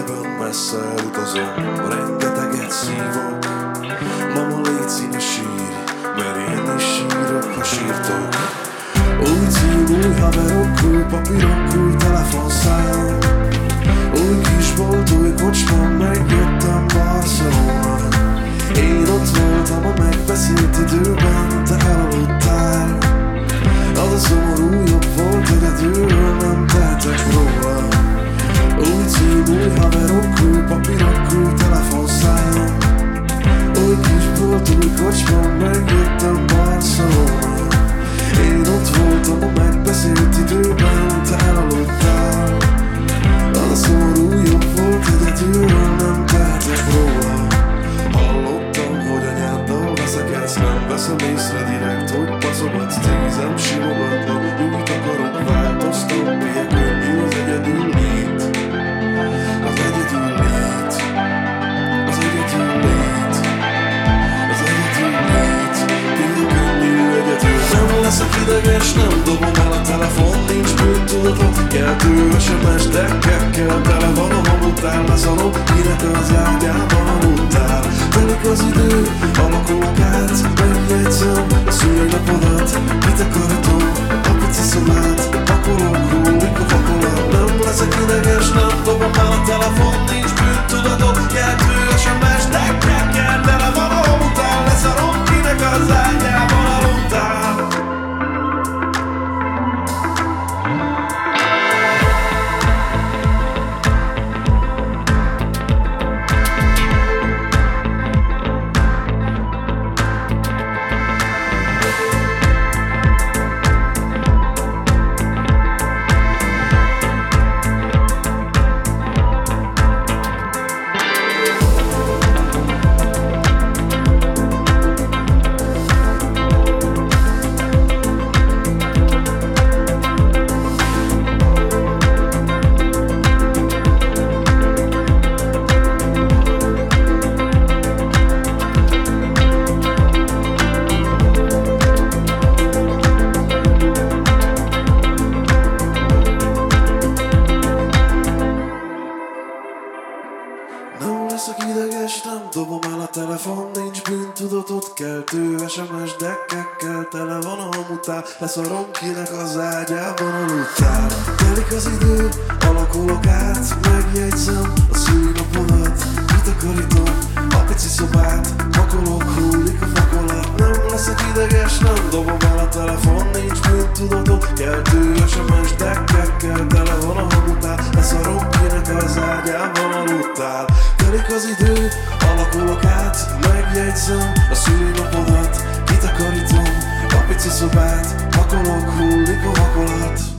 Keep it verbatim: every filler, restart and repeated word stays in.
ideben messze elutazom, rengeteget szívok. Mama, légy színe sírj, mert én is sírok, ha sírtok. Új cím, új haverok, új papírok, új telefonszám, új kisbolt, új kocsma, megjöttem Barcelona. Én ott voltam a megbeszélt időben, te elaludtál. Az a szomorú jobb volt, egyedül nem tehetek róla. Új cím, új haverok, új papírok, új telefonszám, új kisbolt, új kocsma, megjöttem Barcelona. Én ott voltam a megbeszélt időben, te elaludtál. Az a szomorú jobb volt, egyedül nem tehetek róla. Hallottam, hogy anyáddal veszekedsz, nem veszem észre direkt, hogy baszogatsz, tízem simogatnak, úgy akarok, változtam, milyen könnyű az egyedül lét. Az egyedül lét. Az egyedül lét. Az egyedül lét. Milyen könnyű egyedül. Nem leszek ideges, nem dobom el a telefon, nincs bűntudatot, keltő es em es dekkekkel, tele van a hamutál, leszarom, kinek az ágyában aludtál. Telik az idő, alakulok át, megjegyzem a szülinapodat, kitakarítom a pici szobát, pakolok, hullik a fakolat. Nem leszek ideges, nem dobom el a telefon, nincs bűntudatot, keltő es em es dekkekkel, tele van a hamutál, leszarom, kinek az ágyában aludtál. Nem leszek ideges, nem dobom el a telefon, nincs bűntudatot, keltő es em es dekkekkel, tele van a hamutál, leszarom, kinek az ágyában aludtál. Telik az idő, alakulok át, megjegyzem a szülinapodat, kitakarítom a pici szobát, pakolok, hullik a fakolat. Nem leszek ideges, nem dobom el a telefon, nincs bűntudatot, keltő es em es dekkekkel, tele van a hamutál, leszarom, kinek az ágyában aludtál. Telik az idő, alakulok át, megjegyzem a szülinapodat, kitakarítom a pici szobát, pakolok, hullik a vakolat.